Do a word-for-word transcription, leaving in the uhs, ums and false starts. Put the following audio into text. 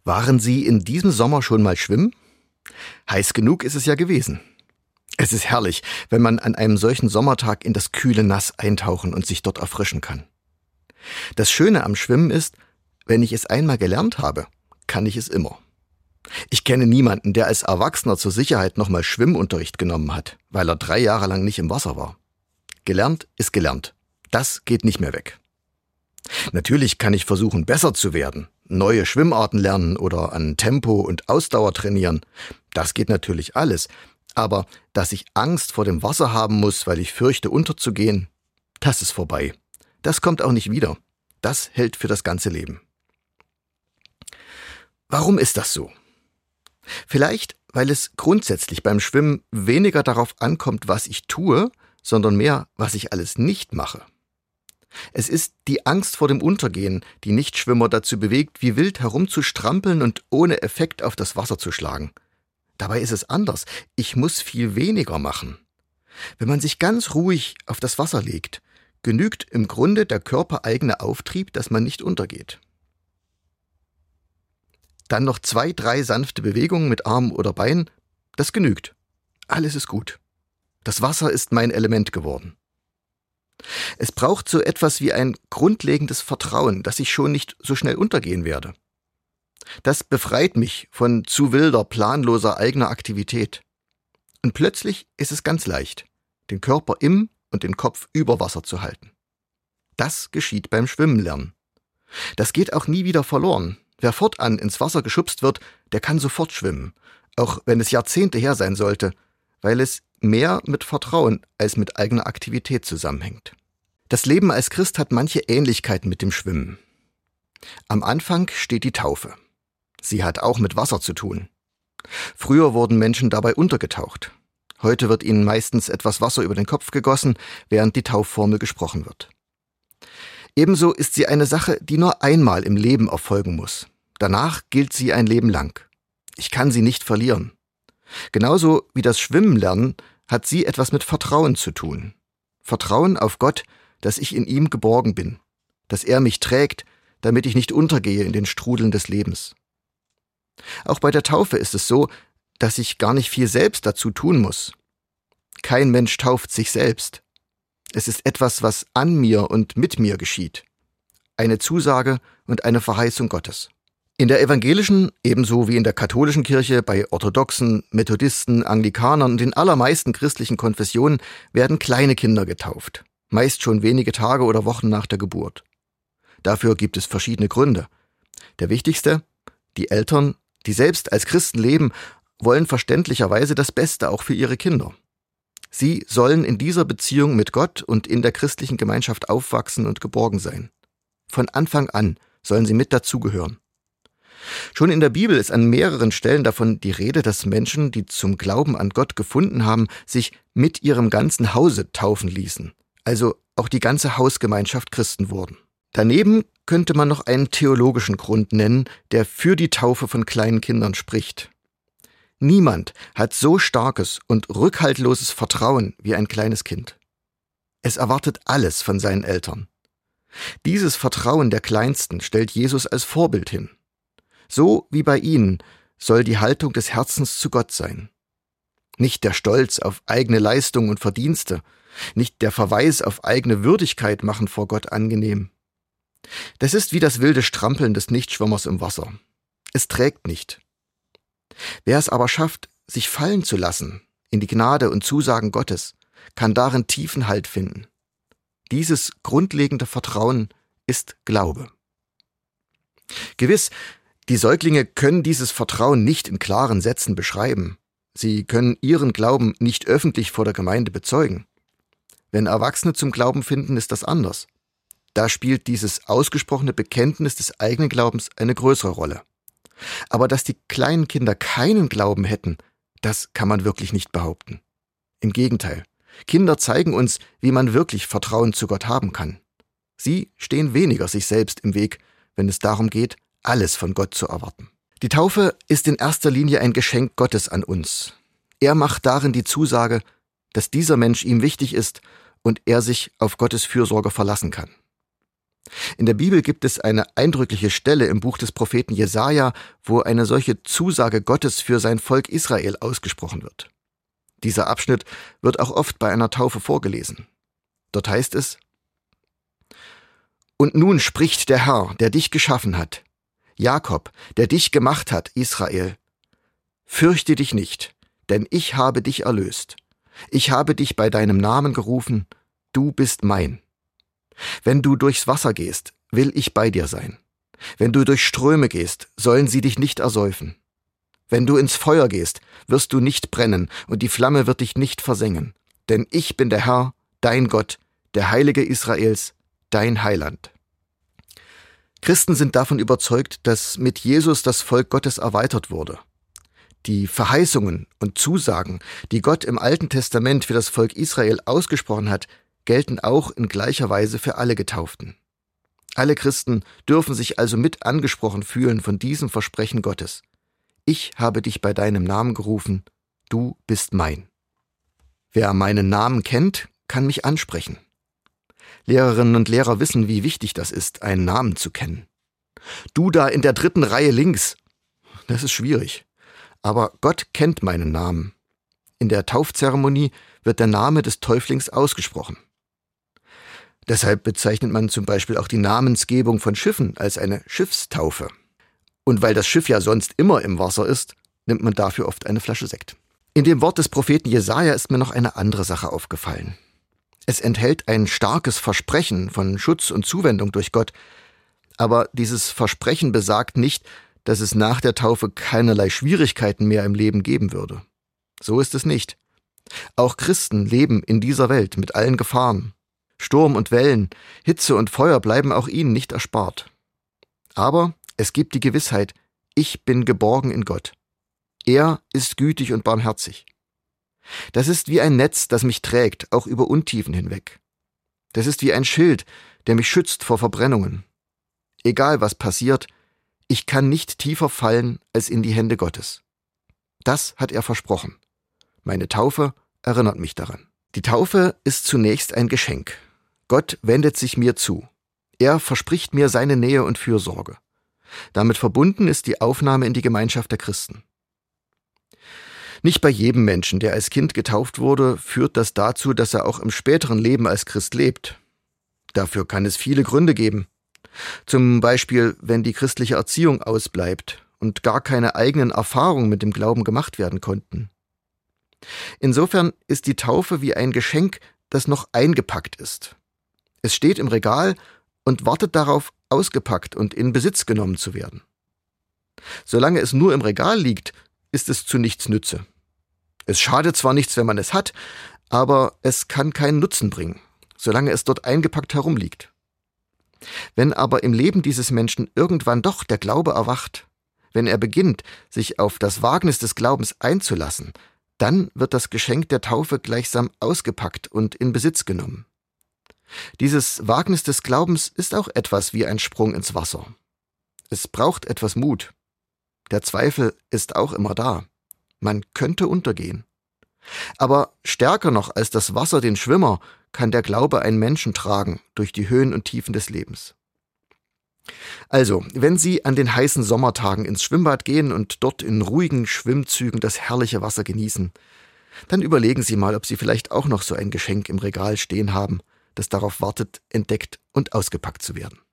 Waren Sie in diesem Sommer schon mal schwimmen? Heiß genug ist es ja gewesen. Es ist herrlich, wenn man an einem solchen Sommertag in das kühle Nass eintauchen und sich dort erfrischen kann. Das Schöne am Schwimmen ist, wenn ich es einmal gelernt habe, kann ich es immer. Ich kenne niemanden, der als Erwachsener zur Sicherheit nochmal Schwimmunterricht genommen hat, weil er drei Jahre lang nicht im Wasser war. Gelernt ist gelernt. Das geht nicht mehr weg. Natürlich kann ich versuchen, besser zu werden, neue Schwimmarten lernen oder an Tempo und Ausdauer trainieren. Das geht natürlich alles. Aber dass ich Angst vor dem Wasser haben muss, weil ich fürchte, unterzugehen, das ist vorbei. Das kommt auch nicht wieder. Das hält für das ganze Leben. Warum ist das so? Vielleicht, weil es grundsätzlich beim Schwimmen weniger darauf ankommt, was ich tue, sondern mehr, was ich alles nicht mache. Es ist die Angst vor dem Untergehen, die Nichtschwimmer dazu bewegt, wie wild herumzustrampeln und ohne Effekt auf das Wasser zu schlagen. Dabei ist es anders. Ich muss viel weniger machen. Wenn man sich ganz ruhig auf das Wasser legt, genügt im Grunde der körpereigene Auftrieb, dass man nicht untergeht. Dann noch zwei, drei sanfte Bewegungen mit Armen oder Beinen, das genügt. Alles ist gut. Das Wasser ist mein Element geworden. Es braucht so etwas wie ein grundlegendes Vertrauen, dass ich schon nicht so schnell untergehen werde. Das befreit mich von zu wilder, planloser eigener Aktivität. Und plötzlich ist es ganz leicht, den Körper im und den Kopf über Wasser zu halten. Das geschieht beim Schwimmen lernen. Das geht auch nie wieder verloren. Wer fortan ins Wasser geschubst wird, der kann sofort schwimmen, auch wenn es Jahrzehnte her sein sollte, weil es mehr mit Vertrauen als mit eigener Aktivität zusammenhängt. Das Leben als Christ hat manche Ähnlichkeiten mit dem Schwimmen. Am Anfang steht die Taufe. Sie hat auch mit Wasser zu tun. Früher wurden Menschen dabei untergetaucht. Heute wird ihnen meistens etwas Wasser über den Kopf gegossen, während die Taufformel gesprochen wird. Ebenso ist sie eine Sache, die nur einmal im Leben erfolgen muss. Danach gilt sie ein Leben lang. Ich kann sie nicht verlieren. Genauso wie das Schwimmen lernen, hat sie etwas mit Vertrauen zu tun. Vertrauen auf Gott, dass ich in ihm geborgen bin, dass er mich trägt, damit ich nicht untergehe in den Strudeln des Lebens. Auch bei der Taufe ist es so, dass ich gar nicht viel selbst dazu tun muss. Kein Mensch tauft sich selbst. Es ist etwas, was an mir und mit mir geschieht. Eine Zusage und eine Verheißung Gottes. In der evangelischen, ebenso wie in der katholischen Kirche, bei Orthodoxen, Methodisten, Anglikanern und den allermeisten christlichen Konfessionen werden kleine Kinder getauft, meist schon wenige Tage oder Wochen nach der Geburt. Dafür gibt es verschiedene Gründe. Der wichtigste: die Eltern, die selbst als Christen leben, wollen verständlicherweise das Beste auch für ihre Kinder. Sie sollen in dieser Beziehung mit Gott und in der christlichen Gemeinschaft aufwachsen und geborgen sein. Von Anfang an sollen sie mit dazugehören. Schon in der Bibel ist an mehreren Stellen davon die Rede, dass Menschen, die zum Glauben an Gott gefunden haben, sich mit ihrem ganzen Hause taufen ließen, also auch die ganze Hausgemeinschaft Christen wurden. Daneben könnte man noch einen theologischen Grund nennen, der für die Taufe von kleinen Kindern spricht. Niemand hat so starkes und rückhaltloses Vertrauen wie ein kleines Kind. Es erwartet alles von seinen Eltern. Dieses Vertrauen der Kleinsten stellt Jesus als Vorbild hin. So wie bei ihnen soll die Haltung des Herzens zu Gott sein. Nicht der Stolz auf eigene Leistung und Verdienste, nicht der Verweis auf eigene Würdigkeit machen vor Gott angenehm. Das ist wie das wilde Strampeln des Nichtschwimmers im Wasser. Es trägt nicht. Wer es aber schafft, sich fallen zu lassen in die Gnade und Zusagen Gottes, kann darin tiefen Halt finden. Dieses grundlegende Vertrauen ist Glaube. Gewiss, die Säuglinge können dieses Vertrauen nicht in klaren Sätzen beschreiben. Sie können ihren Glauben nicht öffentlich vor der Gemeinde bezeugen. Wenn Erwachsene zum Glauben finden, ist das anders. Da spielt dieses ausgesprochene Bekenntnis des eigenen Glaubens eine größere Rolle. Aber dass die kleinen Kinder keinen Glauben hätten, das kann man wirklich nicht behaupten. Im Gegenteil, Kinder zeigen uns, wie man wirklich Vertrauen zu Gott haben kann. Sie stehen weniger sich selbst im Weg, wenn es darum geht, alles von Gott zu erwarten. Die Taufe ist in erster Linie ein Geschenk Gottes an uns. Er macht darin die Zusage, dass dieser Mensch ihm wichtig ist und er sich auf Gottes Fürsorge verlassen kann. In der Bibel gibt es eine eindrückliche Stelle im Buch des Propheten Jesaja, wo eine solche Zusage Gottes für sein Volk Israel ausgesprochen wird. Dieser Abschnitt wird auch oft bei einer Taufe vorgelesen. Dort heißt es: Und nun spricht der Herr, der dich geschaffen hat, Jakob, der dich gemacht hat, Israel: Fürchte dich nicht, denn ich habe dich erlöst. Ich habe dich bei deinem Namen gerufen, du bist mein. Wenn du durchs Wasser gehst, will ich bei dir sein. Wenn du durch Ströme gehst, sollen sie dich nicht ersäufen. Wenn du ins Feuer gehst, wirst du nicht brennen, und die Flamme wird dich nicht versengen. Denn ich bin der Herr, dein Gott, der Heilige Israels, dein Heiland. Christen sind davon überzeugt, dass mit Jesus das Volk Gottes erweitert wurde. Die Verheißungen und Zusagen, die Gott im Alten Testament für das Volk Israel ausgesprochen hat, gelten auch in gleicher Weise für alle Getauften. Alle Christen dürfen sich also mit angesprochen fühlen von diesem Versprechen Gottes. Ich habe dich bei deinem Namen gerufen, du bist mein. Wer meinen Namen kennt, kann mich ansprechen. Lehrerinnen und Lehrer wissen, wie wichtig das ist, einen Namen zu kennen. Du da in der dritten Reihe links, das ist schwierig. Aber Gott kennt meinen Namen. In der Taufzeremonie wird der Name des Täuflings ausgesprochen. Deshalb bezeichnet man zum Beispiel auch die Namensgebung von Schiffen als eine Schiffstaufe. Und weil das Schiff ja sonst immer im Wasser ist, nimmt man dafür oft eine Flasche Sekt. In dem Wort des Propheten Jesaja ist mir noch eine andere Sache aufgefallen. Es enthält ein starkes Versprechen von Schutz und Zuwendung durch Gott. Aber dieses Versprechen besagt nicht, dass es nach der Taufe keinerlei Schwierigkeiten mehr im Leben geben würde. So ist es nicht. Auch Christen leben in dieser Welt mit allen Gefahren. Sturm und Wellen, Hitze und Feuer bleiben auch ihnen nicht erspart. Aber es gibt die Gewissheit, ich bin geborgen in Gott. Er ist gütig und barmherzig. Das ist wie ein Netz, das mich trägt, auch über Untiefen hinweg. Das ist wie ein Schild, der mich schützt vor Verbrennungen. Egal was passiert, ich kann nicht tiefer fallen als in die Hände Gottes. Das hat er versprochen. Meine Taufe erinnert mich daran. Die Taufe ist zunächst ein Geschenk. Gott wendet sich mir zu. Er verspricht mir seine Nähe und Fürsorge. Damit verbunden ist die Aufnahme in die Gemeinschaft der Christen. Nicht bei jedem Menschen, der als Kind getauft wurde, führt das dazu, dass er auch im späteren Leben als Christ lebt. Dafür kann es viele Gründe geben. Zum Beispiel, wenn die christliche Erziehung ausbleibt und gar keine eigenen Erfahrungen mit dem Glauben gemacht werden konnten. Insofern ist die Taufe wie ein Geschenk, das noch eingepackt ist. Es steht im Regal und wartet darauf, ausgepackt und in Besitz genommen zu werden. Solange es nur im Regal liegt, ist es zu nichts Nütze. Es schadet zwar nichts, wenn man es hat, aber es kann keinen Nutzen bringen, solange es dort eingepackt herumliegt. Wenn aber im Leben dieses Menschen irgendwann doch der Glaube erwacht, wenn er beginnt, sich auf das Wagnis des Glaubens einzulassen, dann wird das Geschenk der Taufe gleichsam ausgepackt und in Besitz genommen. Dieses Wagnis des Glaubens ist auch etwas wie ein Sprung ins Wasser. Es braucht etwas Mut. Der Zweifel ist auch immer da. Man könnte untergehen. Aber stärker noch als das Wasser den Schwimmer kann der Glaube einen Menschen tragen durch die Höhen und Tiefen des Lebens. Also, wenn Sie an den heißen Sommertagen ins Schwimmbad gehen und dort in ruhigen Schwimmzügen das herrliche Wasser genießen, dann überlegen Sie mal, ob Sie vielleicht auch noch so ein Geschenk im Regal stehen haben, das darauf wartet, entdeckt und ausgepackt zu werden.